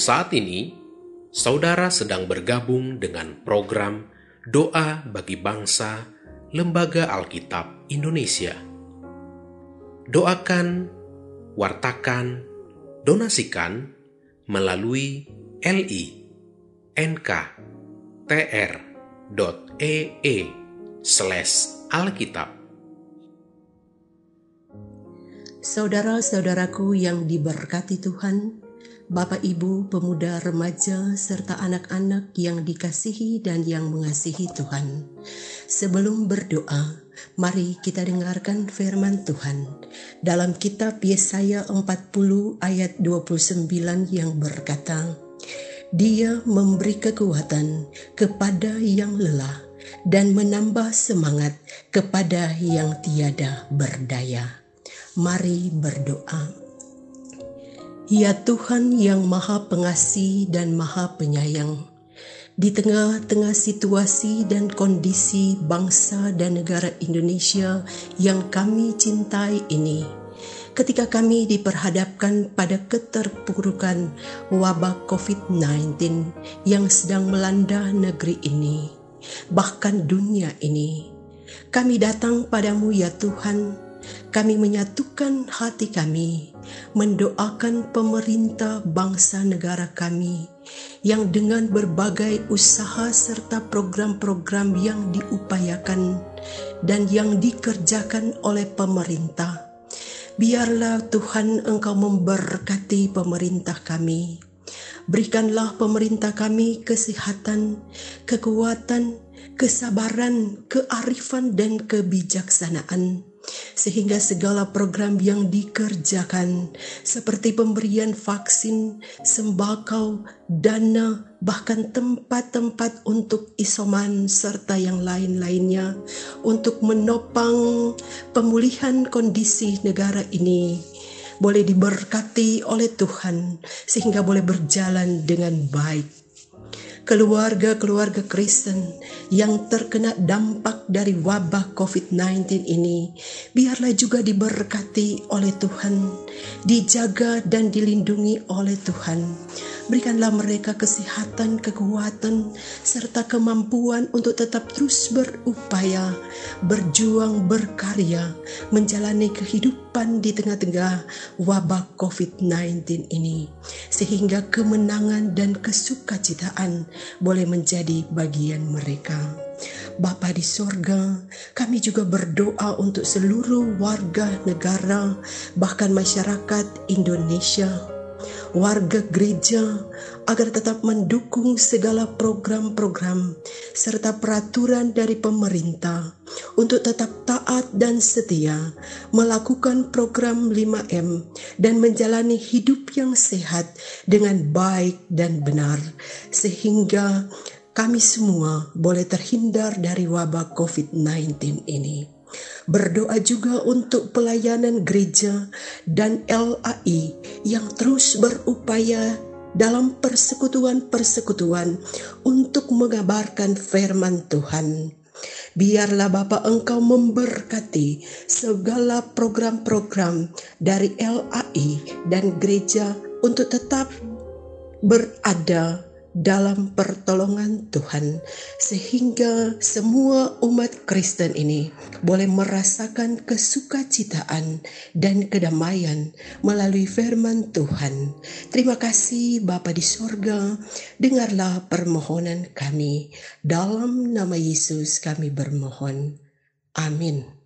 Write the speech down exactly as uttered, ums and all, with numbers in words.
Saat ini, saudara sedang bergabung dengan program Doa bagi Bangsa Lembaga Alkitab Indonesia. Doakan, wartakan, donasikan melalui li nkr.ee slash alkitab. Saudara-saudaraku yang diberkati Tuhan, Bapak Ibu, pemuda, remaja, serta anak-anak yang dikasihi dan yang mengasihi Tuhan. Sebelum berdoa, mari kita dengarkan firman Tuhan dalam kitab Yesaya empat puluh ayat dua puluh sembilan yang berkata, Dia memberi kekuatan kepada yang lelah dan menambah semangat kepada yang tiada berdaya. Mari berdoa. Ya Tuhan yang Maha Pengasih dan Maha Penyayang, di tengah-tengah situasi dan kondisi bangsa dan negara Indonesia yang kami cintai ini, ketika kami diperhadapkan pada keterpurukan wabah covid sembilan belas yang sedang melanda negeri ini, bahkan dunia ini, kami datang padamu ya Tuhan. Kami menyatukan hati kami, mendoakan pemerintah bangsa negara kami yang dengan berbagai usaha serta program-program yang diupayakan dan yang dikerjakan oleh pemerintah. Biarlah Tuhan Engkau memberkati pemerintah kami. Berikanlah pemerintah kami kesehatan, kekuatan, kesabaran, kearifan, dan kebijaksanaan, sehingga segala program yang dikerjakan seperti pemberian vaksin, sembako, dana, bahkan tempat-tempat untuk isoman serta yang lain-lainnya untuk menopang pemulihan kondisi negara ini boleh diberkati oleh Tuhan sehingga boleh berjalan dengan baik. Keluarga-keluarga Kristen yang terkena dampak dari wabah covid sembilan belas ini, biarlah juga diberkati oleh Tuhan, dijaga dan dilindungi oleh Tuhan. Berikanlah mereka kesehatan, kekuatan, serta kemampuan untuk tetap terus berupaya, berjuang, berkarya, menjalani kehidupan di tengah-tengah wabah covid sembilan belas ini, sehingga kemenangan dan kesukacitaan boleh menjadi bagian mereka. Bapa di sorga, kami juga berdoa untuk seluruh warga negara, bahkan masyarakat Indonesia, warga gereja, agar tetap mendukung segala program-program serta peraturan dari pemerintah untuk tetap taat dan setia melakukan program lima M dan menjalani hidup yang sehat dengan baik dan benar, sehingga kami semua boleh terhindar dari wabah covid sembilan belas ini. Berdoa juga untuk pelayanan gereja dan L A I yang terus berupaya dalam persekutuan-persekutuan untuk mengabarkan firman Tuhan. Biarlah Bapa Engkau memberkati segala program-program dari L A I dan gereja untuk tetap berada dalam pertolongan Tuhan, sehingga semua umat Kristen ini boleh merasakan kesukacitaan dan kedamaian melalui firman Tuhan. Terima kasih Bapa di sorga, dengarlah permohonan kami. Dalam nama Yesus kami bermohon. Amin.